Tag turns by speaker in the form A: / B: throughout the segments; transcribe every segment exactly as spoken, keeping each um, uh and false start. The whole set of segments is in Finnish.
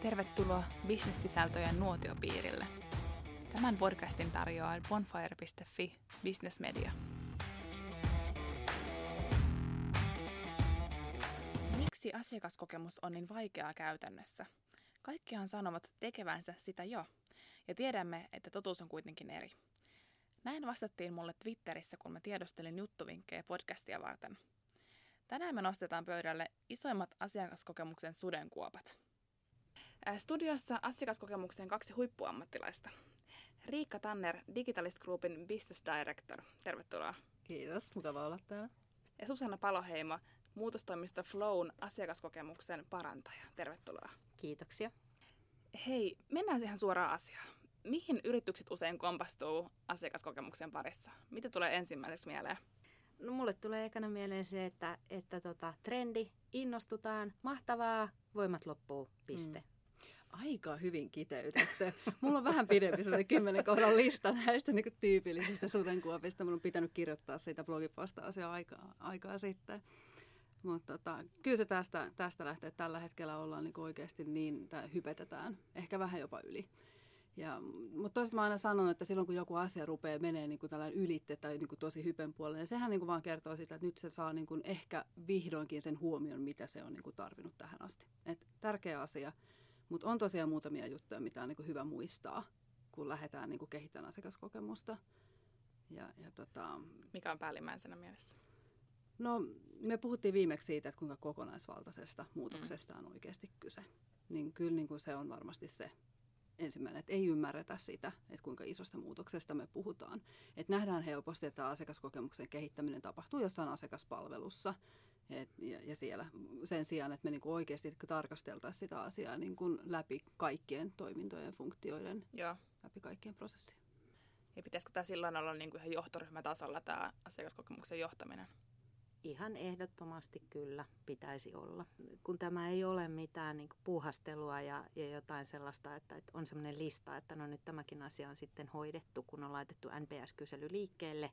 A: Tervetuloa Business-sisältöjen nuotiopiirille. Tämän podcastin tarjoaa bonfire piste fi Business Media. Miksi asiakaskokemus on niin vaikeaa käytännössä? Kaikkihan sanovat tekevänsä sitä jo, ja tiedämme, että totuus on kuitenkin eri. Näin vastattiin mulle Twitterissä, kun mä tiedostelin juttuvinkkejä podcastia varten. Tänään me nostetaan pöydälle isoimmat asiakaskokemuksen sudenkuopat. Studiossa asiakaskokemuksen kaksi huippuammattilaista. Riikka Tanner, Digitalist Groupin Business Director. Tervetuloa.
B: Kiitos, mukava olla täällä.
A: Ja Susanna Paloheimo, muutostoimisto Flown asiakaskokemuksen parantaja. Tervetuloa.
C: Kiitoksia.
A: Hei, mennään ihan suoraan asiaan. Mihin yritykset usein kompastuu asiakaskokemuksen parissa? Mitä tulee ensimmäiseksi mieleen?
C: No, mulle tulee ekana mieleen se, että, että tota, trendi, innostutaan, mahtavaa, voimat loppuu, piste. Mm.
B: Aika hyvin kiteytetty. Mulla on vähän pidempi sellainen kymmenen kohdan lista näistä niin kuin tyypillisistä sudenkuopista. Mulla on pitänyt kirjoittaa siitä blogipostausta jo aikaa, aikaa sitten. Mutta tota, kyllä se tästä, tästä lähtee, että tällä hetkellä ollaan niin kuin oikeasti niin, tai hypetetään, ehkä vähän jopa yli. Ja, mutta toisaalta mä aina sanon, että silloin kun joku asia rupeaa menee niin kuin tällainen ylitte tai niin kuin tosi hypen puolelle, niin sehän niin kuin vaan kertoo sitä, että nyt se saa niin kuin ehkä vihdoinkin sen huomion, mitä se on niin kuin tarvinnut tähän asti. Et tärkeä asia, mutta on tosiaan muutamia juttuja, mitä on niin kuin hyvä muistaa, kun lähdetään niin kuin kehittämään asiakaskokemusta. Ja, ja tota,
A: Mikä on päällimmäisenä mielessä?
B: No, me puhuttiin viimeksi siitä, että kuinka kokonaisvaltaisesta muutoksesta on oikeasti kyse. Niin kyllä niin kuin se on varmasti se ensimmäinen, että ei ymmärretä sitä, että kuinka isosta muutoksesta me puhutaan. Että nähdään helposti, että asiakaskokemuksen kehittäminen tapahtuu jossain asiakaspalvelussa et, ja, ja siellä sen sijaan, että me niinku oikeasti tarkasteltaisiin sitä asiaa niinku läpi kaikkien toimintojen ja funktioiden,
A: Joo.
B: läpi kaikkien prosessien.
A: Ja pitäisikö tämä silloin olla niinku ihan johtoryhmätasolla tämä asiakaskokemuksen johtaminen?
C: Ihan ehdottomasti kyllä pitäisi olla. Kun tämä ei ole mitään niin kuin puuhastelua ja, ja jotain sellaista, että, että on sellainen lista, että no nyt tämäkin asia on sitten hoidettu, kun on laitettu N P S-kysely liikkeelle,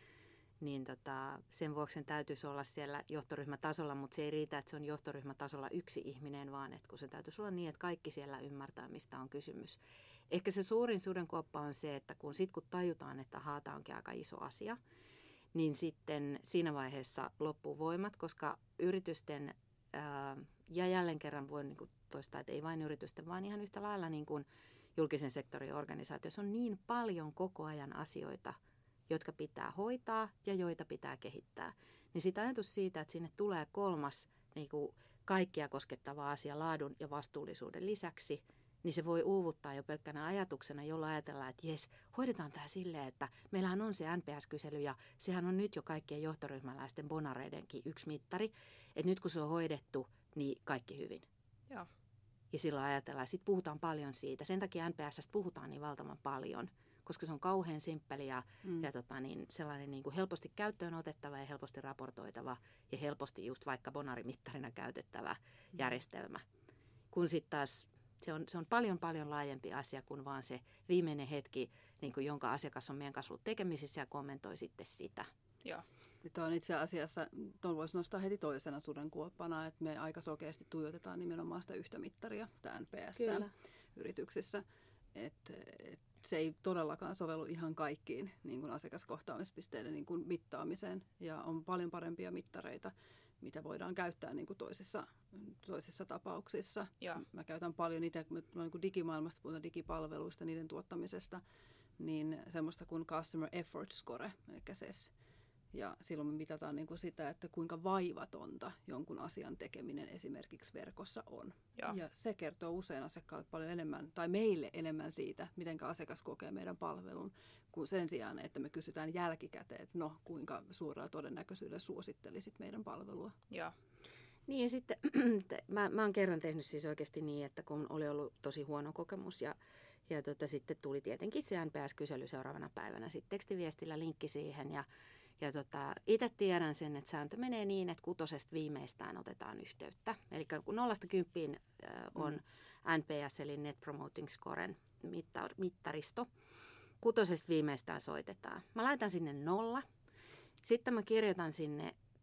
C: niin tota, sen vuoksi sen täytyisi olla siellä johtoryhmätasolla, mutta se ei riitä, että se on johtoryhmätasolla yksi ihminen, vaan että kun se täytyisi olla niin, että kaikki siellä ymmärtää, mistä on kysymys. Ehkä se suurin sudenkuoppa on se, että kun sitten kun tajutaan, että ahaa, tämä onkin aika iso asia, niin sitten siinä vaiheessa loppuu voimat, koska yritysten, ää, ja jälleen kerran voin niin kuin toistaa, että ei vain yritysten, vaan ihan yhtä lailla niin kuin julkisen sektorin organisaatioissa on niin paljon koko ajan asioita, jotka pitää hoitaa ja joita pitää kehittää. Niin sitä ajatus siitä, että sinne tulee kolmas niin kuin kaikkia koskettava asia laadun ja vastuullisuuden lisäksi, niin se voi uuvuttaa jo pelkkänä ajatuksena, jolla ajatellaan, että jes, hoidetaan tämä silleen, että meillähän on se N P S-kysely ja sehän on nyt jo kaikkien johtoryhmäläisten bonareidenkin yksi mittari, että nyt kun se on hoidettu, niin kaikki hyvin.
A: Joo.
C: Ja silloin ajatellaan, sitten puhutaan paljon siitä. Sen takia N P S:stä puhutaan niin valtavan paljon, koska se on kauhean simppeli ja, mm. ja tota, niin sellainen niin kuin helposti käyttöön otettava ja helposti raportoitava ja helposti just vaikka bonarimittarina käytettävä mm. järjestelmä. Kun sitten taas Se on, se on paljon, paljon laajempi asia kuin vaan se viimeinen hetki, niin kuin jonka asiakas on meidän kanssa ollut tekemisissä ja kommentoi sitten sitä.
A: Joo.
B: Tuo on itse asiassa, tuon voisi nostaa heti toisena sudenkuoppana, että me aika sokeasti tuijotetaan nimenomaan sitä yhtä mittaria, tämä N P S-yrityksissä. Että et se ei todellakaan sovellu ihan kaikkiin niin kuin asiakaskohtaamispisteiden niin kuin mittaamiseen ja on paljon parempia mittareita, mitä voidaan käyttää niin kuin toisissa, toisissa tapauksissa.
A: Joo. Mä
B: Mä käytän paljon itse, kun niin kuin digimaailmasta puhutaan digipalveluista, niiden tuottamisesta, niin semmoista kuin Customer Effort Score, eli C E S. Ja silloin me mitataan niin kuin sitä, että kuinka vaivatonta jonkun asian tekeminen esimerkiksi verkossa on.
A: Joo.
B: Ja se kertoo usein asiakkaalle paljon enemmän, tai meille enemmän siitä, miten asiakas kokee meidän palvelun, kuin sen sijaan, että me kysytään jälkikäteen, että no, kuinka suurella todennäköisyydellä suosittelisit meidän palvelua.
A: Joo.
C: Niin ja sitten, mä, mä oon kerran tehnyt siis oikeasti niin, että kun oli ollut tosi huono kokemus ja, ja tota, sitten tuli tietenkin se N P S-kysely seuraavana päivänä, sitten tekstiviestillä linkki siihen ja Ja tota, itse tiedän sen, että sääntö menee niin, että kutosesta viimeistään otetaan yhteyttä. Eli kun nollasta kymppiin äh, on mm. N P S eli Net Promoting Scoren mitta- mittaristo, kutosesta viimeistään soitetaan. Mä laitan sinne nolla. Sitten mä kirjoitan sinne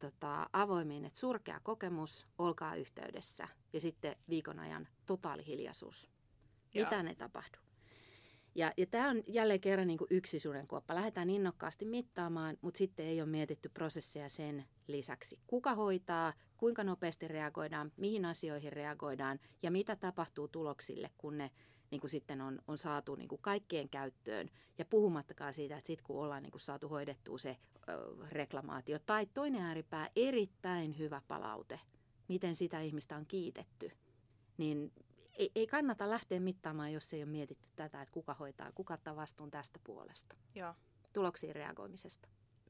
C: tota, avoimiin, että surkea kokemus, olkaa yhteydessä. Ja sitten viikon ajan totaali hiljaisuus. Mitään ei tapahdu. Ja, ja tämä on jälleen kerran niin kuin yksi sudenkuoppa. Lähdetään innokkaasti mittaamaan, mutta sitten ei ole mietitty prosesseja sen lisäksi. Kuka hoitaa, kuinka nopeasti reagoidaan, mihin asioihin reagoidaan ja mitä tapahtuu tuloksille, kun ne niin kuin sitten on, on saatu niin kuin kaikkien käyttöön. Ja puhumattakaan siitä, että sitten kun ollaan niin kuin saatu hoidettua se ö, reklamaatio tai toinen ääripää, erittäin hyvä palaute, miten sitä ihmistä on kiitetty, niin ei, ei kannata lähteä mittaamaan, jos ei ole mietitty tätä, että kuka hoitaa, kuka ottaa vastuun tästä puolesta.
A: Joo.
C: Tuloksiin reagoimisesta.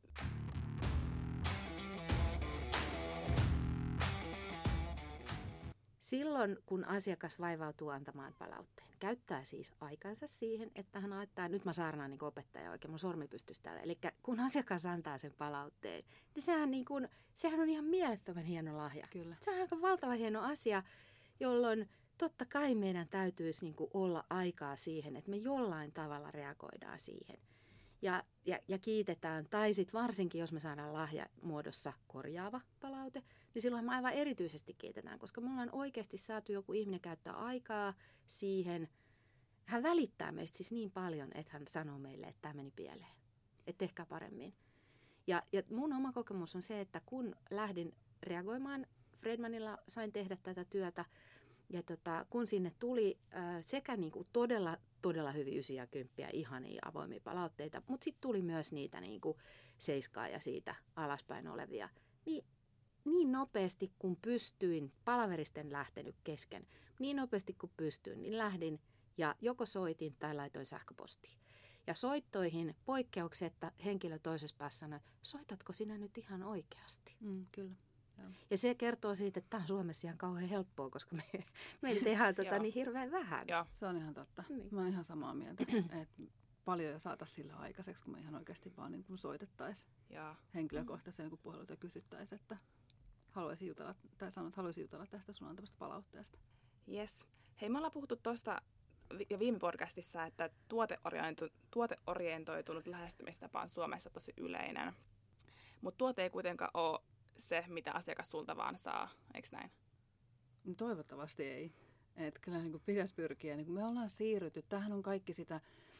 C: Silloin, kun asiakas vaivautuu antamaan palautteen, käyttää siis aikansa siihen, että hän laittaa, nyt mä saarnaan niin kuin opettaja oikein, mun sormi pystyisi täällä. Eli kun asiakas antaa sen palautteen, niin sehän, niin kuin, sehän on ihan mielettömän hieno lahja.
B: Kyllä.
C: Se on aika valtava hieno asia, jolloin totta kai meidän täytyisi niin kuin olla aikaa siihen, että me jollain tavalla reagoidaan siihen. Ja, ja, ja kiitetään, tai sitten varsinkin, jos me saadaan lahjamuodossa korjaava palaute, niin silloin me aivan erityisesti kiitetään, koska me ollaan oikeasti saatu joku ihminen käyttää aikaa siihen. Hän välittää meistä siis niin paljon, että hän sanoo meille, että tämä meni pieleen, että tehkää paremmin. Ja, ja mun oma kokemus on se, että kun lähdin reagoimaan, Fredmanilla sain tehdä tätä työtä, ja tota, kun sinne tuli äh, sekä niinku todella, todella hyvin ysi ja kymppiä, ihania avoimia palautteita, mutta sitten tuli myös niitä niinku seiskaa ja siitä alaspäin olevia, niin niin nopeasti kun pystyin, palaveristen lähtenyt kesken, niin nopeasti kun pystyin, niin lähdin ja joko soitin tai laitoin sähköpostiin. Ja soittoihin poikkeuksetta henkilö toisessa päässä sanoi, että soitatko sinä nyt ihan oikeasti?
B: Mm, kyllä. Joo.
C: Ja se kertoo siitä, että tämä on Suomessa ihan kauhean helppoa, koska me, me tehdään tota niin hirveän vähän.
A: Joo.
B: Se on ihan totta.
C: Niin.
B: Mä olen ihan samaa mieltä, että paljon saataisiin sillä aikaiseksi, kun me ihan oikeasti vaan niin soitettaisiin henkilökohtaisen niin puhelut ja kysyttäisiin, että haluaisin jutella, tai sanoa, että haluaisin jutella tästä sun antamasta palautteesta.
A: Yes. Hei, me ollaan puhuttu tuosta jo viime podcastissa, että tuoteorientoitunut, tuoteorientoitunut lähestymistapa on Suomessa tosi yleinen. Mutta tuote ei kuitenkaan ole se, mitä asiakas sulta vaan saa, eikö näin?
B: No, toivottavasti ei. Et kyllä niin kuin pitäisi pyrkiä. Niin kuin me ollaan siirrytty, tämähän on kaikki sitä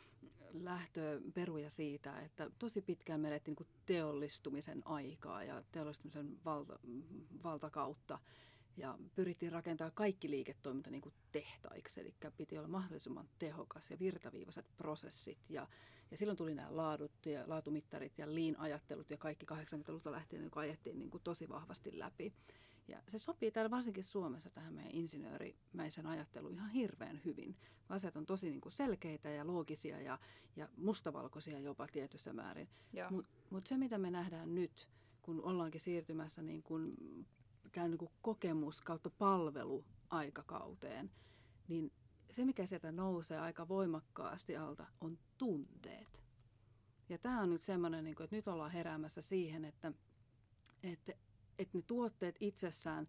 B: lähtöperuja siitä, että tosi pitkään me elettiin niin kuin teollistumisen aikaa ja teollistumisen valta, valtakautta. Ja pyrittiin rakentamaan kaikki liiketoiminta niin kuin tehtaiksi, eli piti olla mahdollisimman tehokas ja virtaviivaiset prosessit. Ja, ja silloin tuli nämä laadut ja laatumittarit ja lean-ajattelut ja kaikki kahdeksankymmentäluvulta lähtien, joka ajettiin niin kuin tosi vahvasti läpi. Ja se sopii täällä varsinkin Suomessa tähän meidän insinöörimäisen ajatteluun ihan hirveän hyvin. Asiat on tosi niin kuin selkeitä ja loogisia ja, ja mustavalkoisia jopa tietyssä määrin. Mutta mut se, mitä me nähdään nyt, kun ollaankin siirtymässä niin kuin tämä niin kuin kokemus kautta palveluaikakauteen, niin se, mikä sieltä nousee aika voimakkaasti alta, on tunteet. Ja tämä on nyt semmoinen, että nyt ollaan heräämässä siihen, että, että, että ne tuotteet itsessään,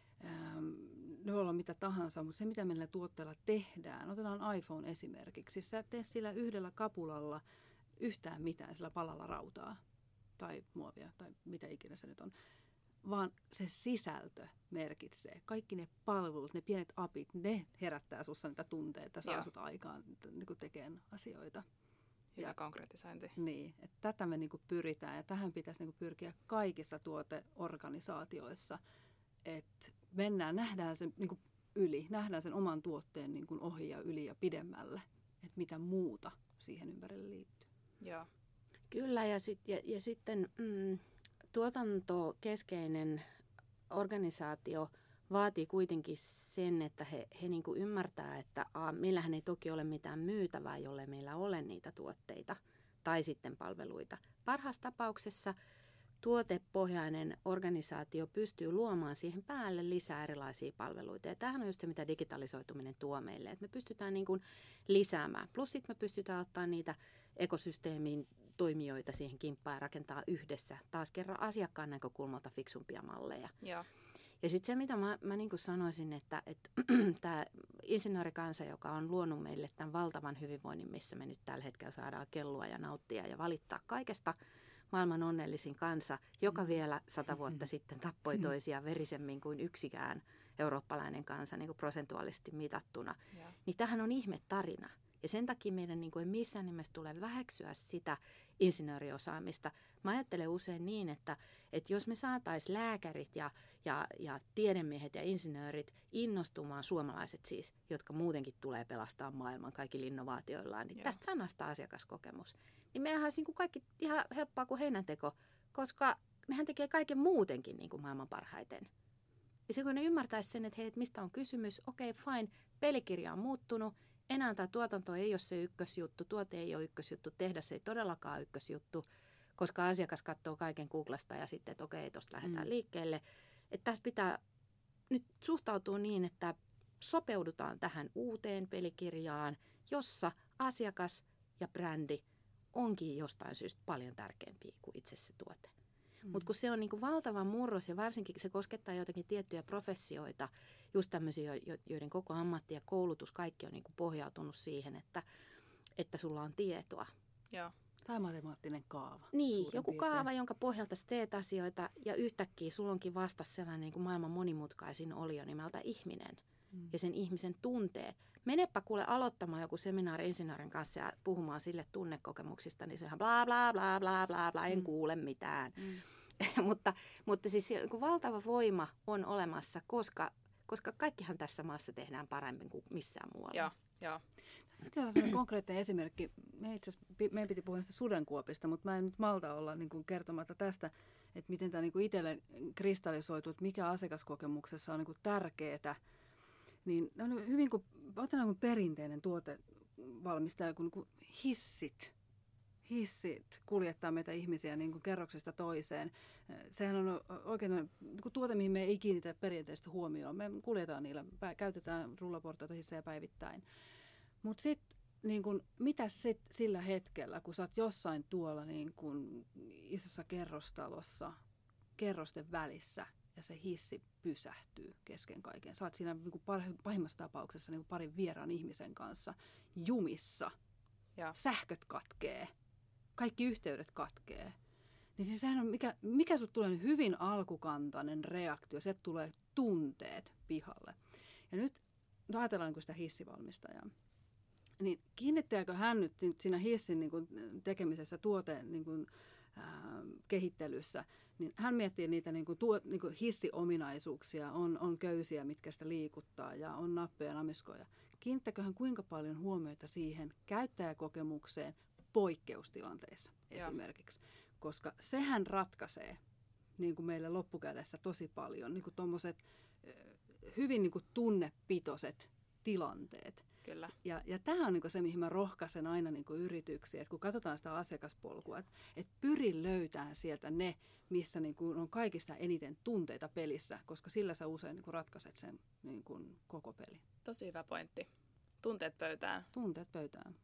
B: ne voi olla mitä tahansa, mutta se, mitä meillä tuotteilla tehdään, otetaan iPhone esimerkiksi, sä et tee sillä yhdellä kapulalla yhtään mitään, sillä palalla rautaa tai muovia tai mitä ikinä se nyt on, vaan se sisältö merkitsee. Kaikki ne palvelut, ne pienet apit, ne herättää sussa niitä tunteita, saa Joo. sut aikaan niin tekemään asioita.
A: Hyvä ja, konkretisointi.
B: Niin, että tätä me niin kuin pyritään ja tähän pitäisi niin kuin pyrkiä kaikissa tuoteorganisaatioissa, että mennään, nähdään sen niin kuin yli, nähdään sen oman tuotteen niin kuin ohi ja yli ja pidemmälle, että mitä muuta siihen ympärille liittyy.
A: Joo.
C: Kyllä ja, sit, ja, ja sitten mm, tuotantokeskeinen organisaatio vaatii kuitenkin sen, että he, he niin kuin ymmärtää, että a, meillähän ei toki ole mitään myytävää, jollei meillä ole niitä tuotteita tai sitten palveluita. Parhaassa tapauksessa tuotepohjainen organisaatio pystyy luomaan siihen päälle lisää erilaisia palveluita. Ja tämähän on just se, mitä digitalisoituminen tuo meille, että me pystytään niin kuin lisäämään. Plus sitten me pystytään ottaa niitä ekosysteemin toimijoita siihen kimppaan ja rakentaa yhdessä taas kerran asiakkaan näkökulmalta fiksumpia malleja.
A: Joo.
C: Ja sitten se, mitä mä, mä niin kuin sanoisin, että, että tämä insinöörikansa, joka on luonut meille tämän valtavan hyvinvoinnin, missä me nyt tällä hetkellä saadaan kellua ja nauttia ja valittaa kaikesta maailman onnellisin kansa, joka vielä sata vuotta sitten tappoi toisiaan verisemmin kuin yksikään eurooppalainen kansa niin kuin prosentuaalisesti mitattuna.
A: Ja.
C: Niin tämähän on ihme tarina. Ja sen takia meidän niin kuin ei missään nimessä tule väheksyä sitä insinööriosaamista. Mä ajattelen usein niin, että, että jos me saataisiin lääkärit ja, ja, ja tiedemiehet ja insinöörit innostumaan, suomalaiset siis, jotka muutenkin tulee pelastaa maailman kaikilla innovaatioillaan, niin
A: Joo.
C: tästä sanasta asiakaskokemus, niin meillähän olisi niin kuin kaikki ihan helppoa kuin heinänteko, koska nehän tekee kaiken muutenkin niin kuin maailman parhaiten. Ja se kun ne ymmärtäisi sen, että hei, että mistä on kysymys, okei, okay, fine, pelikirja on muuttunut, enää tämä tuotanto ei ole se ykkösjuttu, tuote ei ole ykkösjuttu, tehdas ei todellakaan ole ykkösjuttu, koska asiakas katsoo kaiken Googlesta ja sitten, että okei, tuosta lähdetään mm. liikkeelle. Että tässä pitää nyt suhtautua niin, että sopeudutaan tähän uuteen pelikirjaan, jossa asiakas ja brändi onkin jostain syystä paljon tärkeämpiä kuin itse se tuote. Mm. Mutta kun se on niinku valtava murros ja varsinkin se koskettaa jotakin tiettyjä professioita, just tämmöisiä, joiden koko ammatti ja koulutus, kaikki on niinku pohjautunut siihen, että, että sulla on tietoa.
A: Joo.
B: Tai matemaattinen kaava.
C: Niin, joku
B: piirtein.
C: kaava, jonka pohjalta sä teet asioita ja yhtäkkiä sulla onkin vasta sellainen niin kuin maailman monimutkaisin olio nimeltä ihminen mm. ja sen ihmisen tunteet. Menepä kuule aloittamaan joku seminaari insinöörin kanssa ja puhumaan sille tunnekokemuksista, niin sehän bla bla bla bla bla bla, en mm. kuule mitään. Mm. mutta, mutta siis niin valtava voima on olemassa, koska, koska kaikkihan tässä maassa tehdään paremmin kuin missään muualla.
A: Joo, joo.
B: Tässä on itse asiassa konkreettinen esimerkki. Me itse asiassa, meidän piti puhua sitä sudenkuopista, mutta mä en nyt malta olla niin kuin kertomatta tästä, että miten tämä niin kuin itselle kristallisoituu, että mikä asiakaskokemuksessa on niin kuin tärkeää. Niin on hyvin kuin, otetaan kuin perinteinen tuotevalmistaja, kuin, niin kuin hissit. Hissit kuljettaa meitä ihmisiä niin kuin kerroksesta toiseen. Sehän on oikein niin kuin tuote, mihin me ei kiinnitä perinteistä huomioon. Me kuljetaan niillä, käytetään rullaportaita hissejä päivittäin. Mutta sitten, niin mitä sit sillä hetkellä, kun sä oot jossain tuolla niin kun isossa kerrostalossa, kerrosten välissä, ja se hissi pysähtyy kesken kaiken. Sä oot siinä niin kuin pahimmassa tapauksessa niin kuin parin vieraan ihmisen kanssa jumissa.
A: Ja.
B: Sähköt katkee, kaikki yhteydet katkee. Niin siis sehän on, mikä, mikä sut tulee hyvin alkukantainen reaktio, sieltä tulee tunteet pihalle. Ja nyt ajatellaan niin sitä hissivalmistajaa. Niin kiinnittääkö hän nyt siinä hissin niin kuin tekemisessä, tuoteen niin kuin, ää, kehittelyssä, niin hän miettii niitä niin kuin tuo, niin kuin hissiominaisuuksia, on, on köysiä, mitkä sitä liikuttaa ja on nappeja ja namiskoja. Kiinnittääkö hän kuinka paljon huomioita siihen käyttäjäkokemukseen poikkeustilanteissa esimerkiksi, koska sehän ratkaisee niin kuin meille loppukädessä tosi paljon niin kuin tommoset hyvin niin kuin tunnepitoiset tilanteet.
A: Kyllä.
B: Ja, ja tämä on niin kuin se, mihin mä rohkaisen aina niin kuin yrityksiä, että kun katsotaan sitä asiakaspolkua, että, että pyri löytämään sieltä ne, missä niin kuin on kaikista eniten tunteita pelissä, koska sillä sä usein niin kuin ratkaiset sen niin kuin koko pelin.
A: Tosi hyvä pointti. Tunteet pöytään.
B: Tunteet pöytään.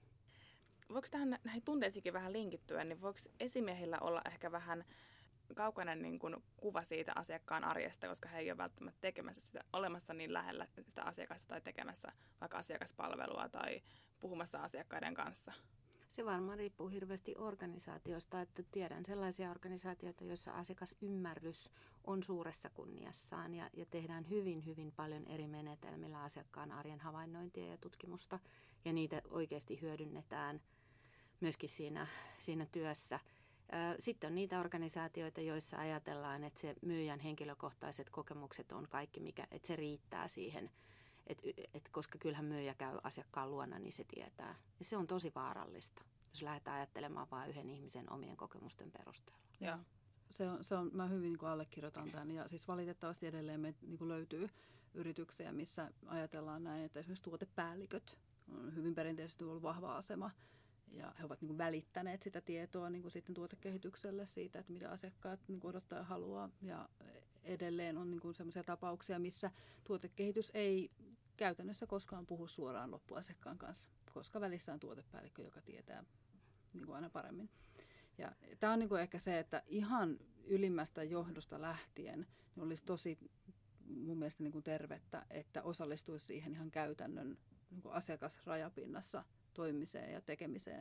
A: Voiko tähän näihin tunteisiinkin vähän linkittyä, niin voiko esimiehillä olla ehkä vähän kaukainen niin kuin kuva siitä asiakkaan arjesta, koska he ei ole välttämättä tekemässä sitä, olemassa niin lähellä sitä asiakasta tai tekemässä vaikka asiakaspalvelua tai puhumassa asiakkaiden kanssa?
C: Se varmaan riippuu hirveästi organisaatiosta, että tiedän sellaisia organisaatioita, joissa asiakasymmärrys on suuressa kunniassaan ja, ja tehdään hyvin, hyvin paljon eri menetelmillä asiakkaan arjen havainnointia ja tutkimusta ja niitä oikeasti hyödynnetään myöskin siinä, siinä työssä. Sitten on niitä organisaatioita, joissa ajatellaan, että se myyjän henkilökohtaiset kokemukset on kaikki, mikä, että se riittää siihen, että, että koska kyllähän myyjä käy asiakkaan luona, niin se tietää. Ja se on tosi vaarallista, jos lähdetään ajattelemaan vain yhden ihmisen omien kokemusten perusteella.
A: Joo.
B: Se on, se on, mä hyvin niin kuin allekirjoitan tämän ja siis valitettavasti edelleen me niin kuin löytyy yrityksiä, missä ajatellaan näin, että esimerkiksi tuotepäälliköt on hyvin perinteisesti ollut vahva asema. Ja he ovat niin kuin välittäneet sitä tietoa niin kuin sitten tuotekehitykselle siitä, että mitä asiakkaat niin kuin odottaa ja haluaa. Ja edelleen on niin kuin sellaisia tapauksia, missä tuotekehitys ei käytännössä koskaan puhu suoraan loppuasiakkaan kanssa, koska välissä on tuotepäällikkö, joka tietää niin kuin aina paremmin. Ja tämä on niin kuin ehkä se, että ihan ylimmästä johdosta lähtien niin olisi tosi mun mielestä niin kuin tervettä, että osallistuisi siihen ihan käytännön niin kuin asiakasrajapinnassa toimimiseen ja tekemiseen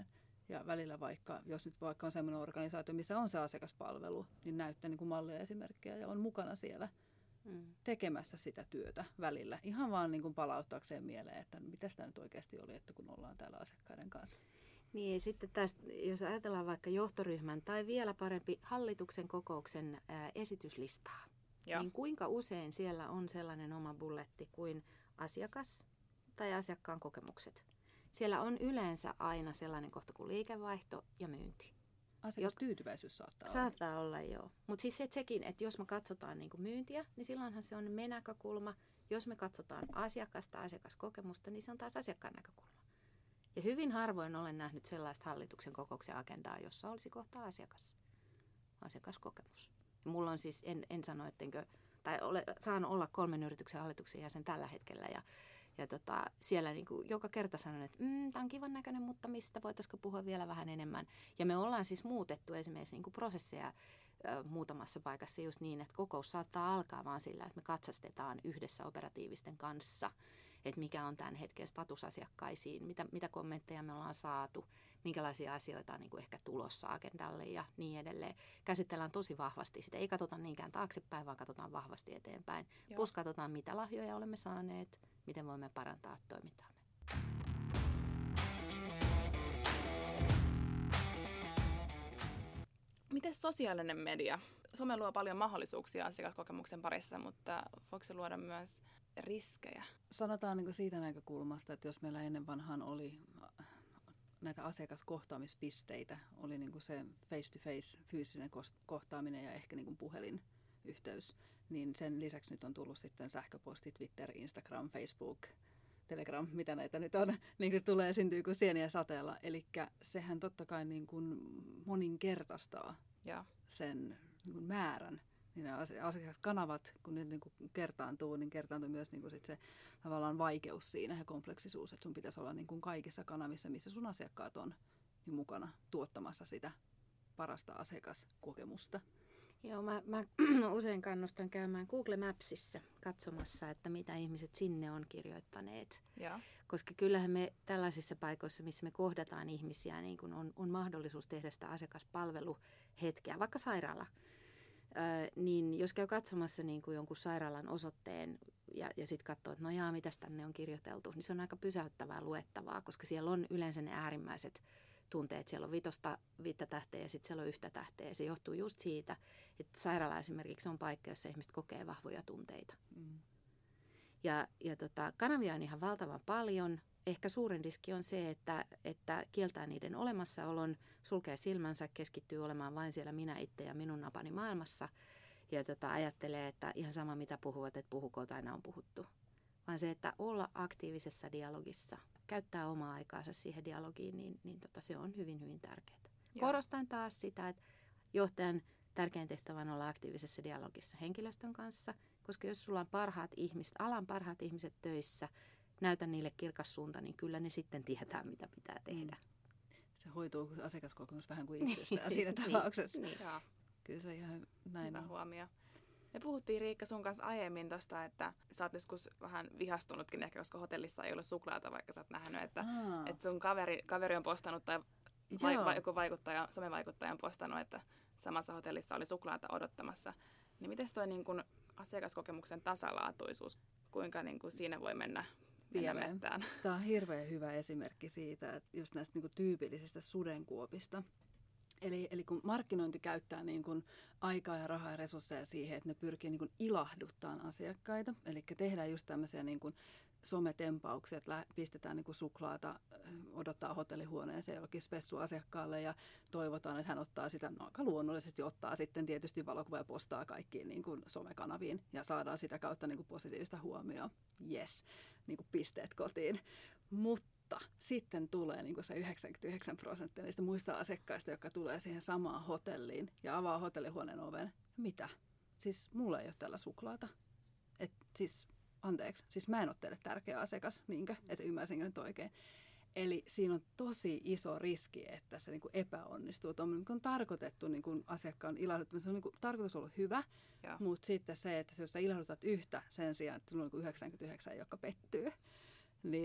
B: Ja välillä vaikka, jos nyt vaikka on sellainen organisaatio, missä on se asiakaspalvelu, niin näyttää niin kuin mallia esimerkkejä ja on mukana siellä mm. tekemässä sitä työtä välillä. Ihan vaan niin kuin palauttaakseen mieleen, että mitä sitä nyt oikeasti oli, että kun ollaan täällä asiakkaiden kanssa.
C: Niin, sitten tästä, jos ajatellaan vaikka johtoryhmän tai vielä parempi hallituksen kokouksen ää, esityslistaa, Joo. niin kuinka usein siellä on sellainen oma bulletti kuin asiakas tai asiakkaan kokemukset? Siellä on yleensä aina sellainen kohta kuin liikevaihto ja myynti.
B: Asiakastyytyväisyys saattaa olla.
C: Saattaa olla, joo. Mutta siis et sekin, että jos me katsotaan niinku myyntiä, niin silloinhan se on me näkökulma. Jos me katsotaan asiakasta, asiakaskokemusta, niin se on taas asiakkaan näkökulma. Ja hyvin harvoin olen nähnyt sellaista hallituksen kokouksen agendaa, jossa olisi kohta asiakas, asiakaskokemus. Ja mulla on siis, en, en sano, ettenkö, tai ole, saan olla kolmen yrityksen hallituksen jäsen tällä hetkellä. Ja, ja tota, siellä niin kuin joka kerta sanon, että mmm, tämä on kivan näköinen, mutta mistä voitaisiko puhua vielä vähän enemmän. Ja me ollaan siis muutettu esimerkiksi niin kuin prosesseja ö, muutamassa paikassa just niin, että kokous saattaa alkaa vaan sillä, että me katsastetaan yhdessä operatiivisten kanssa, että mikä on tämän hetken status asiakkaisiin, mitä, mitä kommentteja me ollaan saatu, minkälaisia asioita on niin kuin ehkä tulossa agendalle ja niin edelleen. Käsitellään tosi vahvasti sitä. Ei katsota niinkään taaksepäin, vaan katsotaan vahvasti eteenpäin. Joo. Plus katsotaan, mitä lahjoja olemme saaneet, miten voimme parantaa toimintaamme.
A: Miten sosiaalinen media? Some luo paljon mahdollisuuksia asiakaskokemuksen parissa, mutta voiko se luoda myös riskejä?
B: Sanotaan niin kuin siitä näkökulmasta, että jos meillä ennen vanhaan oli näitä asiakaskohtaamispisteitä, oli niin kuin se face-to-face fyysinen kohtaaminen ja ehkä niin kuin puhelinyhteys, niin sen lisäksi nyt on tullut sitten sähköposti, Twitter, Instagram, Facebook, Telegram, mitä näitä nyt on, niin kuin tulee syntyy kuin sieniä sateella. Eli sehän totta kai niin kuin moninkertaistaa ja. sen niin kuin määrän. Niin nämä asiakaskanavat, kun ne niin kuin kertaantuu, niin kertaantuu myös niin kuin sit se tavallaan vaikeus siinä ja kompleksisuus, että sun pitäisi olla niin kuin kaikissa kanavissa, missä sun asiakkaat on, niin mukana tuottamassa sitä parasta asiakaskokemusta.
C: Joo, mä, mä usein kannustan käymään Google Mapsissa katsomassa, että mitä ihmiset sinne on kirjoittaneet. Ja. Koska kyllähän me tällaisissa paikoissa, missä me kohdataan ihmisiä, niin kun on, on mahdollisuus tehdä sitä asiakaspalveluhetkeä, vaikka sairaala. Ö, niin jos käy katsomassa niin kuin jonkun sairaalan osoitteen ja, ja sitten katsoo, että no jaa, mitäs tänne on kirjoiteltu, niin se on aika pysäyttävää luettavaa, koska siellä on yleensä ne äärimmäiset tunteet. Siellä on vitosta, viittä tähteä ja sitten siellä on yhtä tähteä. Ja se johtuu just siitä, että sairaala esimerkiksi on paikka, jossa ihmiset kokee vahvoja tunteita. Mm. Ja, ja tota, kanavia on ihan valtavan paljon. Ehkä suurin riski on se, että, että kieltää niiden olemassaolon, sulkee silmänsä, keskittyy olemaan vain siellä minä itse ja minun napani maailmassa. Ja tota, ajattelee, että ihan sama mitä puhuvat, että puhukoot aina on puhuttu. Vaan se, että olla aktiivisessa dialogissa, käyttää omaa aikaansa siihen dialogiin, niin, niin tota, se on hyvin, hyvin tärkeää. Joo. Korostan taas sitä, että johtajan tärkein tehtävä on olla aktiivisessa dialogissa henkilöstön kanssa, koska jos sulla on parhaat ihmiset, alan parhaat ihmiset töissä, näytä niille kirkas suunta, niin kyllä ne sitten tietää, mitä pitää tehdä.
B: Se hoituu asiakaskokemus vähän kuin itsestään siinä tapauksessa. Niin, niin. Kyllä se ihan näin on.
A: Huomio. Me puhuttiin Riikka sun kanssa aiemmin tosta, että sä oot joskus vähän vihastunutkin ehkä, koska hotellissa ei ole suklaata, vaikka sä oot nähnyt, että, että sun kaveri, kaveri on postannut tai vai, vai, joku vaikuttaja, somevaikuttaja on postannut, että samassa hotellissa oli suklaata odottamassa. Niin miten toi niin kun asiakaskokemuksen tasalaatuisuus, kuinka niin kun siinä voi mennä, mennä mettään?
B: Tämä on hirveän hyvä esimerkki siitä, että just näistä niin kuin tyypillisistä sudenkuopista. Eli, eli kun markkinointi käyttää niin kuin aikaa ja rahaa ja resursseja siihen, että ne pyrkii niin kuin ilahduttamaan asiakkaita. Eli tehdään just tämmöisiä niin kuin sometempauksia, että pistetään niin kuin suklaata, odottaa hotellihuoneeseen jollekin spessuasiakkaalle ja toivotaan, että hän ottaa sitä, no aika luonnollisesti ottaa sitten tietysti valokuva ja postaa kaikkiin niin kuin somekanaviin ja saadaan sitä kautta niin kuin positiivista huomioon. Yes, niin kuin pisteet kotiin. Mutta sitten tulee niin kuin se yhdeksänkymmentäyhdeksän prosenttia niistä muista asiakkaista, jotka tulee siihen samaan hotelliin ja avaa hotellihuoneen oven. Mitä? Siis mulla ei ole täällä suklaata. Et siis, anteeksi, siis mä en ole teille tärkeä asiakas, niinkö? Että ymmärsinkö nyt oikein. Eli siinä on tosi iso riski, että se niin kuin epäonnistuu. On niin kuin tarkoitettu niin kuin asiakkaan ilahduttaminen. Se on niin kuin tarkoitus ollut hyvä, ja. Mutta sitten se, että jos sä ilahdutat yhtä sen sijaan, että sulla on niin kuin yhdeksänkymmentäyhdeksän, joka pettyy, niin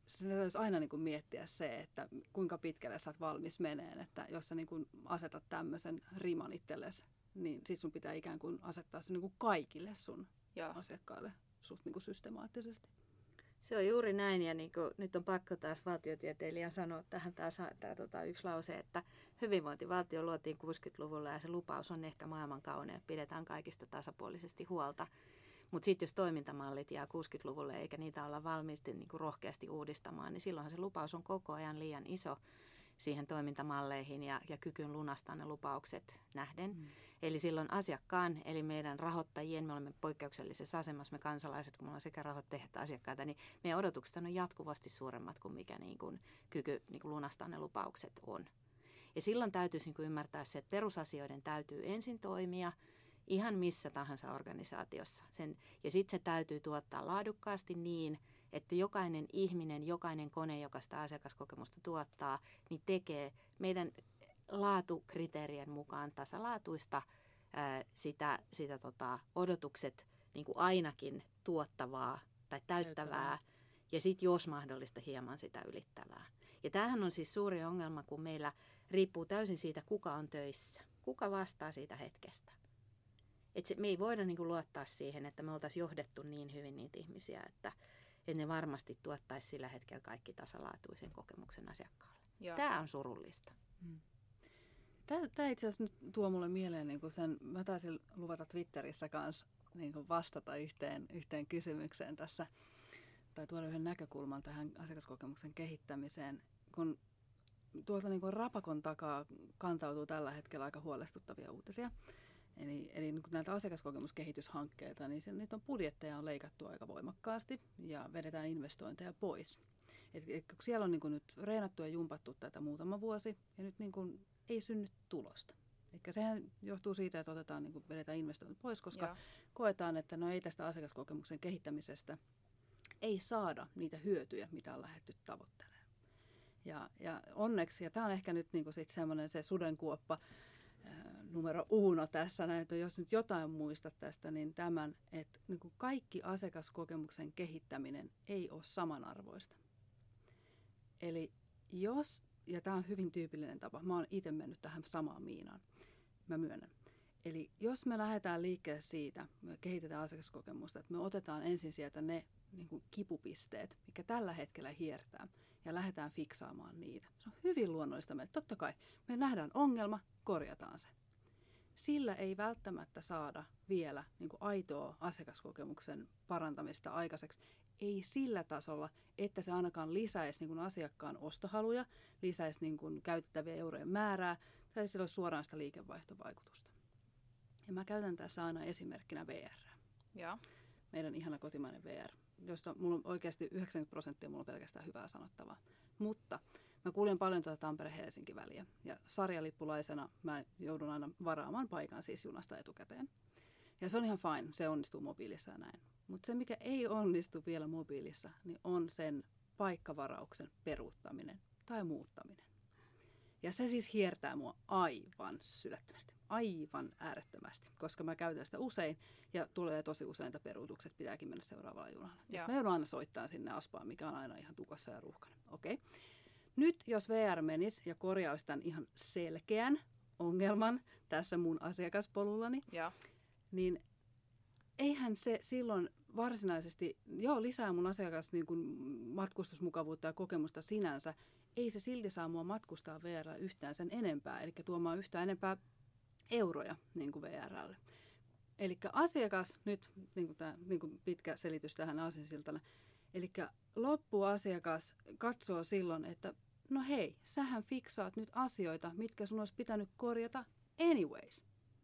B: sitä täytyisi aina niin kuin miettiä se, että kuinka pitkälle sä oot valmis meneen, että jos sä niin kuin asetat tämmöisen riman itsellesi, niin sit sun pitää ikään kuin asettaa se niin kuin kaikille sun Joo. asiakkaille suht niin kuin systemaattisesti.
C: Se on juuri näin, ja niin kuin, nyt on pakko taas valtiotieteilijän sanoa tähän taas, tämä tota, yksi lause, että hyvinvointivaltio luotiin kuusikymmentäluvulla ja se lupaus on ehkä maailman kaunein, pidetään kaikista tasapuolisesti huolta. Mutta sitten jos toimintamallit jää kuusikymmentäluvulle eikä niitä olla valmiisti niin kuin rohkeasti uudistamaan, niin silloinhan se lupaus on koko ajan liian iso siihen toimintamalleihin ja, ja kykyyn lunastaa ne lupaukset nähden. Mm. Eli silloin asiakkaan, eli meidän rahoittajien, me olemme poikkeuksellisessa asemassa, me kansalaiset, kun me ollaan sekä rahoittajia että asiakkaita, niin meidän odotukset on jatkuvasti suuremmat kuin mikä niin kuin, kyky niin kuin lunastaa ne lupaukset on. Ja silloin täytyisi niin kuin ymmärtää se, että perusasioiden täytyy ensin toimia, ihan missä tahansa organisaatiossa. Sen, ja sitten se täytyy tuottaa laadukkaasti niin, että jokainen ihminen, jokainen kone, joka sitä asiakaskokemusta tuottaa, niin tekee meidän laatukriteerien mukaan tasalaatuista ää, sitä, sitä tota, odotukset niin kuin ainakin tuottavaa tai täyttävää, täyttävää. Ja sitten jos mahdollista hieman sitä ylittävää. Ja tämähän on siis suuri ongelma, kun meillä riippuu täysin siitä, kuka on töissä, kuka vastaa siitä hetkestä. Et se, me ei voida niin kuin luottaa siihen, että me oltaisiin johdettu niin hyvin niitä ihmisiä, että, että ne varmasti tuottaisi sillä hetkellä kaikki tasalaatuisen kokemuksen asiakkaalle. Joo. Tämä on surullista.
B: Hmm. Tämä itse asiassa nyt tuo mulle mieleen niin kuin sen, mä taisin luvata Twitterissä kanssa niin kuin vastata yhteen, yhteen kysymykseen tässä, tai tuoda yhden näkökulman tähän asiakaskokemuksen kehittämiseen, kun tuolta niin kuin rapakon takaa kantautuu tällä hetkellä aika huolestuttavia uutisia. Eli, eli niin näiltä asiakaskokemuskehityshankkeilta, niin se, niitä on budjetteja on leikattu aika voimakkaasti ja vedetään investointeja pois. Et, et, siellä on niin kuin nyt reenattu ja jumpattu tätä muutama vuosi ja nyt niin kuin ei synny tulosta. Eli sehän johtuu siitä, että otetaan, niin kuin vedetään investoinnit pois, koska Joo. koetaan, että no ei tästä asiakaskokemuksen kehittämisestä ei saada niitä hyötyjä, mitä on lähdetty tavoittelemaan. Ja, ja onneksi, ja tämä on ehkä nyt niin kuin sit semmoinen se sudenkuoppa, numero uno tässä, että jos nyt jotain muistat tästä, niin tämän, että niin kuin kaikki asiakaskokemuksen kehittäminen ei ole samanarvoista. Eli jos, ja tämä on hyvin tyypillinen tapa, mä oon itse mennyt tähän samaan miinaan, mä myönnän. Eli jos me lähdetään liikkeelle siitä, me kehitetään asiakaskokemusta, että me otetaan ensin sieltä ne niin kuin kipupisteet, mikä tällä hetkellä hiertää, ja lähdetään fiksaamaan niitä. Se on hyvin luonnollista meille. Totta kai me nähdään ongelma, korjataan se. Sillä ei välttämättä saada vielä niin kuin aitoa asiakaskokemuksen parantamista aikaiseksi. Ei sillä tasolla, että se ainakaan lisäisi niin kuin asiakkaan ostohaluja, lisäisi niin kuin käytettäviä eurojen määrää, tai sillä olisi suoraan sitä liikevaihtovaikutusta. Ja mä käytän tässä aina esimerkkinä V R.
A: Ja.
B: Meidän ihana kotimainen V R, josta mulla on oikeasti yhdeksänkymmentä prosenttia mulla on pelkästään hyvää sanottavaa. Mutta mä kuljen paljon tuota Tampere-Helsinki-väliä ja sarjalippulaisena mä joudun aina varaamaan paikan siis junasta etukäteen. Ja se on ihan fine, se onnistuu mobiilissa ja näin. Mutta se mikä ei onnistu vielä mobiilissa, niin on sen paikkavarauksen peruuttaminen tai muuttaminen. Ja se siis hiertää mua aivan sylättömästi, aivan äärettömästi, koska mä käytän sitä usein ja tulee tosi usein, että peruutukset pitääkin mennä seuraavalla junalla. Ja mä joudun aina soittaa sinne Aspaan, mikä on aina ihan tukossa ja ruuhkana. Okei. Okay. Nyt jos V R menisi ja korjaisi tämän ihan selkeän ongelman tässä mun asiakaspolullani, ja. niin eihän se silloin varsinaisesti, joo lisää mun asiakas niin kuin matkustusmukavuutta ja kokemusta sinänsä, ei se silti saa mua matkustaa V R:llä yhtään sen enempää, eli tuomaan yhtään enempää euroja niin kuin V R:lle. Eli asiakas, nyt niin kuin tämä niin kuin pitkä selitys tähän aasinsiltana, eli loppuasiakas katsoo silloin, että no hei, sähän fiksaat nyt asioita, mitkä sun olisi pitänyt korjata anyways.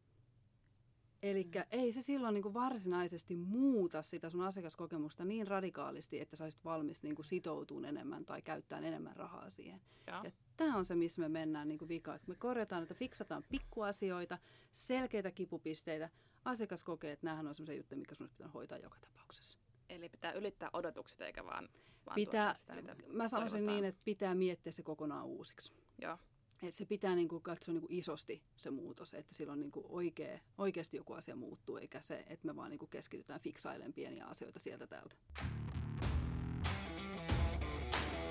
B: Eli mm. ei se silloin niin kuin varsinaisesti muuta sitä sun asiakaskokemusta niin radikaalisti, että sä olisit valmis niin kuin sitoutumaan enemmän tai käyttämään enemmän rahaa siihen. Ja. Ja tämä on se, missä me mennään niin kuin vikaan. Me korjataan, että fiksataan pikkuasioita, selkeitä kipupisteitä. Asiakas kokee, että näähän on sellaisia juttuja, mikä sun olisi pitänyt hoitaa joka tapauksessa.
A: Eli pitää ylittää odotukset eikä vaan, vaan
B: pitää,
A: sitä, mitä
B: mä sanoisin toivotaan. Niin, että pitää miettiä se kokonaan uusiksi.
A: Joo.
B: Että se pitää niinku katsoa niinku isosti se muutos, että silloin niinku oikea, oikeasti joku asia muuttuu, eikä se, että me vaan niinku keskitytään fiksailemaan pieniä asioita sieltä täältä.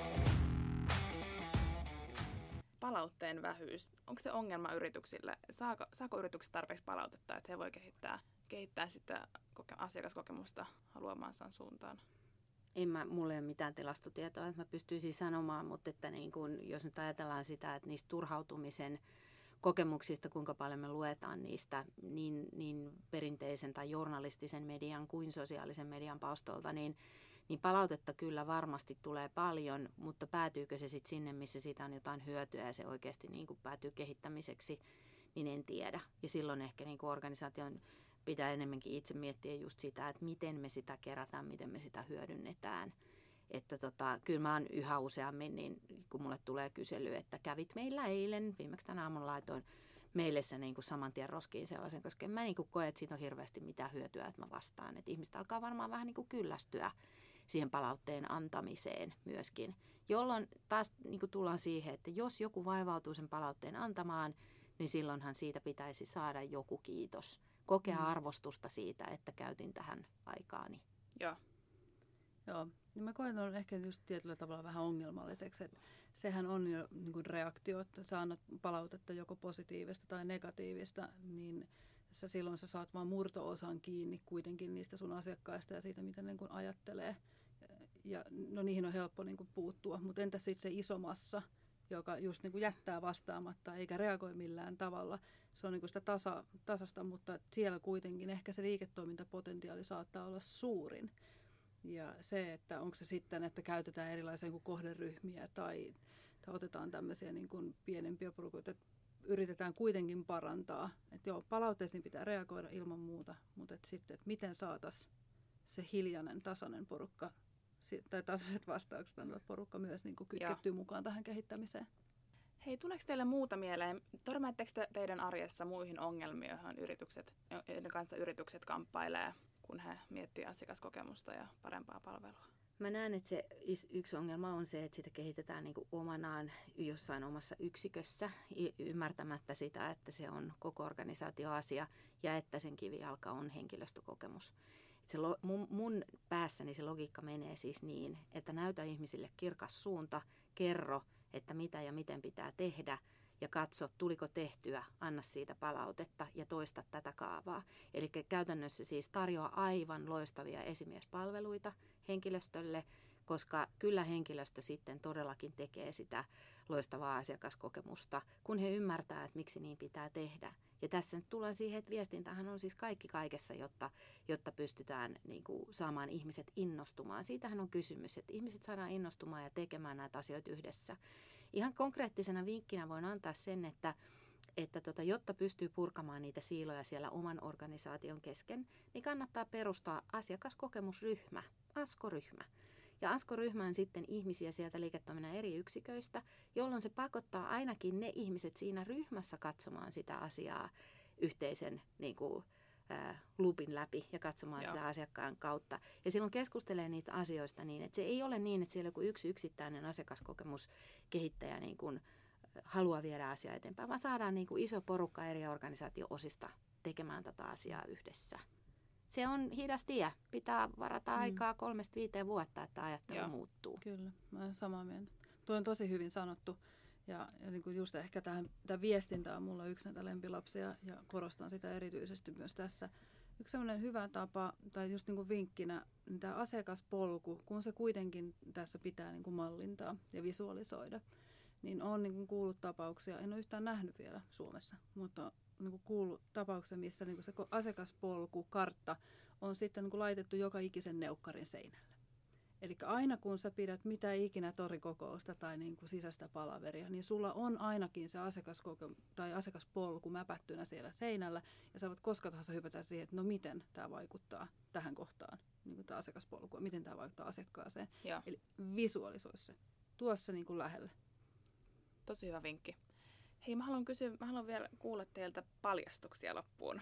A: palautteen vähyys, onko se ongelma yrityksille? Saako, saako yritykset tarpeeksi palautetta, että he voi kehittää, kehittää sitä koke- asiakaskokemusta haluamaansa suuntaan?
C: En mä, mulla ei ole mitään tilastotietoa, että mä pystyisin sanomaan, mutta että niin kun, jos nyt ajatellaan sitä, että niistä turhautumisen kokemuksista, kuinka paljon me luetaan niistä niin, niin perinteisen tai journalistisen median kuin sosiaalisen median palstoilta, niin, niin palautetta kyllä varmasti tulee paljon, mutta päätyykö se sitten sinne, missä siitä on jotain hyötyä ja se oikeasti niin kuin päätyy kehittämiseksi, niin en tiedä. Ja silloin ehkä niin kuin organisaation pitää enemmänkin itse miettiä just sitä, että miten me sitä kerätään, miten me sitä hyödynnetään. Että tota, kyllä mä oon yhä useammin, niin kun mulle tulee kysely, että kävit meillä eilen, viimeksi tänä aamulla laitoin meille se niin kuin saman tien roskiin sellaisen, koska en mä niin kuin koe, että siitä on hirveästi mitään hyötyä, että mä vastaan. Että ihmiset alkaa varmaan vähän niin kuin kyllästyä siihen palautteen antamiseen myöskin, jolloin taas niin kuin tullaan siihen, että jos joku vaivautuu sen palautteen antamaan, niin silloinhan siitä pitäisi saada joku kiitos. Kokea mm. arvostusta siitä, että käytin tähän aikaani.
A: Joo.
B: Joo, niin mä koen on ehkä just tietyllä tavalla vähän ongelmalliseksi, että sehän on jo niin kuin reaktio, että sä annat palautetta joko positiivista tai negatiivista, niin sä silloin sä saat vaan murto-osan kiinni kuitenkin niistä sun asiakkaista ja siitä, mitä ne niin ajattelee. Ja no niihin on helppo niin kuin puuttua, mutta entä sitten se iso massa, joka just niin kuin jättää vastaamatta eikä reagoi millään tavalla. Se on niin kuin sitä tasa, tasasta, mutta siellä kuitenkin ehkä se liiketoimintapotentiaali saattaa olla suurin. Ja se, että onko se sitten, että käytetään erilaisia niin kuin kohderyhmiä tai, tai otetaan tämmöisiä niin kuin pienempiä porukoita, että yritetään kuitenkin parantaa. Että joo, palautteisiin pitää reagoida ilman muuta, mutta et sitten, että miten saataisiin se hiljainen, tasainen porukka, tai tasaiset vastaukset antava porukka myös niin kuin kytkettyä mukaan tähän kehittämiseen.
A: Hei, tuleeko teille muuta mieleen? Törmäättekö te teidän arjessa muihin ongelmiin, joihin yritykset, joiden kanssa yritykset kamppailee, kun he miettii asiakaskokemusta ja parempaa palvelua?
C: Mä näen, että se yksi ongelma on se, että sitä kehitetään niin kuin omanaan jossain omassa yksikössä, ymmärtämättä sitä, että se on koko organisaatioasia ja että sen kivijalka on henkilöstökokemus. Se lo, mun, mun päässäni se logiikka menee siis niin, että näytä ihmisille kirkas suunta, kerro, että mitä ja miten pitää tehdä ja katso, tuliko tehtyä, anna siitä palautetta ja toista tätä kaavaa. Eli käytännössä siis tarjoaa aivan loistavia esimiespalveluita henkilöstölle, koska kyllä henkilöstö sitten todellakin tekee sitä loistavaa asiakaskokemusta, kun he ymmärtää, että miksi niin pitää tehdä. Ja tässä nyt tullaan siihen, että viestintähän on siis kaikki kaikessa, jotta, jotta pystytään niin kuin, saamaan ihmiset innostumaan. Siitähän on kysymys, että ihmiset saadaan innostumaan ja tekemään näitä asioita yhdessä. Ihan konkreettisena vinkkinä voin antaa sen, että, että tota, jotta pystyy purkamaan niitä siiloja siellä oman organisaation kesken, niin kannattaa perustaa asiakaskokemusryhmä, askoryhmä. Ja askoryhmä on sitten ihmisiä sieltä liiketoiminnan eri yksiköistä, jolloin se pakottaa ainakin ne ihmiset siinä ryhmässä katsomaan sitä asiaa yhteisen niin kuin, ää, lupin läpi ja katsomaan Joo. sitä asiakkaan kautta. Ja silloin keskustelee niitä asioista niin, että se ei ole niin, että siellä joku yksi yksittäinen asiakaskokemuskehittäjä niin kuin, haluaa viedä asiaa eteenpäin, vaan saadaan niin kuin iso porukka eri organisaatio-osista tekemään tätä asiaa yhdessä. Se on hidas tie. Pitää varata mm. aikaa kolmesta viiteen vuotta, että ajattelu Joo. muuttuu.
B: Kyllä, mä olen samaa mieltä. Tuo on tosi hyvin sanottu. Ja, ja niin kuin just ehkä tähän, tämä viestintä on mulla yksi näitä lempilapsia ja korostan sitä erityisesti myös tässä. Yksi sellainen hyvä tapa, tai just niin kuin vinkkinä, niin tämä asiakaspolku, kun se kuitenkin tässä pitää niin kuin mallintaa ja visualisoida, niin on niin kuin kuullut tapauksia, en ole yhtään nähnyt vielä Suomessa, mutta niin kuin kuullut tapauksia, missä niin kuin se asiakaspolku, kartta on sitten niin kuin laitettu joka ikisen neukkarin seinälle. Eli aina kun sä pidät mitä ikinä torikokousta tai niin kuin sisäistä palaveria, niin sulla on ainakin se asiakaskoke- tai asiakaspolku mäpättynä siellä seinällä, ja sä voit koska tahansa hypätä siihen, että no miten tämä vaikuttaa tähän kohtaan, niin kuin tämä asiakaspolku, miten tämä vaikuttaa asiakkaaseen.
A: Joo.
B: Eli visualisoi se, tuo se niin kuin lähelle.
A: Tosi hyvä vinkki. Hei, mä haluan kysyä, mä haluan vielä kuulla teiltä paljastuksia loppuun.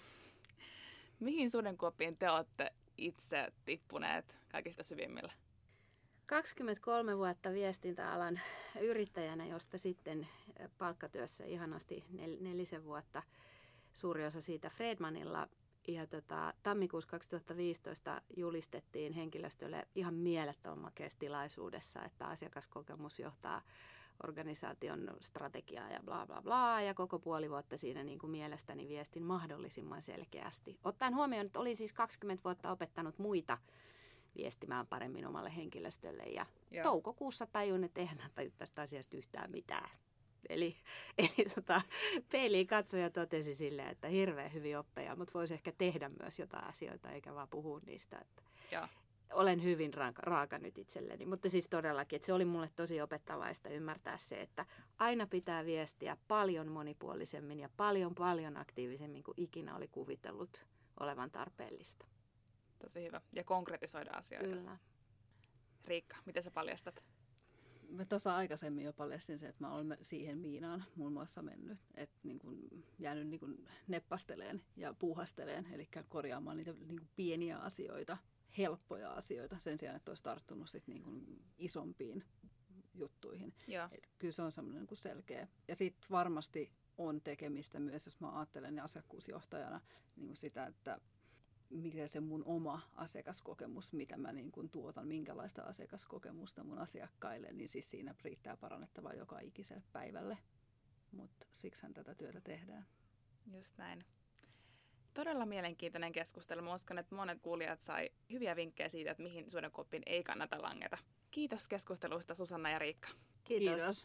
A: Mihin sudenkuoppiin te olette itse tippuneet kaikista syvimmillä?
C: kaksikymmentäkolme vuotta viestintäalan yrittäjänä, josta sitten palkkatyössä ihanasti nel- nelisen vuotta, suuri osa siitä Fredmanilla. Ja tota, tammikuussa kaksituhattaviisitoista julistettiin henkilöstölle ihan mielettömän makeassa tilaisuudessa, että asiakaskokemus johtaa organisaation strategiaa ja bla bla bla, ja koko puoli vuotta siinä niin kuin mielestäni viestin mahdollisimman selkeästi. Ottaen huomioon, että olin siis kaksikymmentä vuotta opettanut muita viestimään paremmin omalle henkilöstölle, ja Joo. toukokuussa tajun, että eihän taju tästä asiasta yhtään mitään. Eli, eli tota, peiliin katsoja totesi silleen, että hirveän hyvin oppeja, mutta voisi ehkä tehdä myös jotain asioita, eikä vaan puhua niistä. Että
A: Joo.
C: Olen hyvin raaka, raaka nyt itselleni, mutta siis todellakin, että se oli mulle tosi opettavaista ymmärtää se, että aina pitää viestiä paljon monipuolisemmin ja paljon paljon aktiivisemmin kuin ikinä oli kuvitellut olevan tarpeellista.
A: Tosi hyvä. Ja konkretisoida asioita.
C: Kyllä.
A: Riikka, miten sä paljastat?
B: Mä tuossa aikaisemmin jo paljastin se, että mä olen siihen miinaan muun muassa mennyt, että niin kun jäänyt niin kun neppasteleen ja puuhasteleen, eli korjaamaan niitä niin kun pieniä asioita, helppoja asioita sen sijaan, että olisi tarttunut sit niin kun isompiin juttuihin. Et kyllä se on semmoinen niin kun selkeä. Ja sitten varmasti on tekemistä myös, jos mä ajattelen asiakkuusjohtajana niin kun sitä, että mikä se mun oma asiakaskokemus, mitä mä niin kun tuotan, minkälaista asiakaskokemusta mun asiakkaille, niin siis siinä riittää parannettavaa joka ikiselle päivälle. Mutta siksihän tätä työtä tehdään.
A: Just näin. Todella mielenkiintoinen keskustelu. Mä uskon, että monet kuulijat sai hyviä vinkkejä siitä, että mihin suhdekoppiin ei kannata langeta. Kiitos keskustelusta Susanna ja Riikka.
C: Kiitos.
B: Kiitos.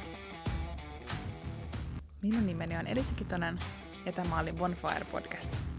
A: Minun nimeni on Elisa Kitonen ja tämä oli Bonfire Podcast.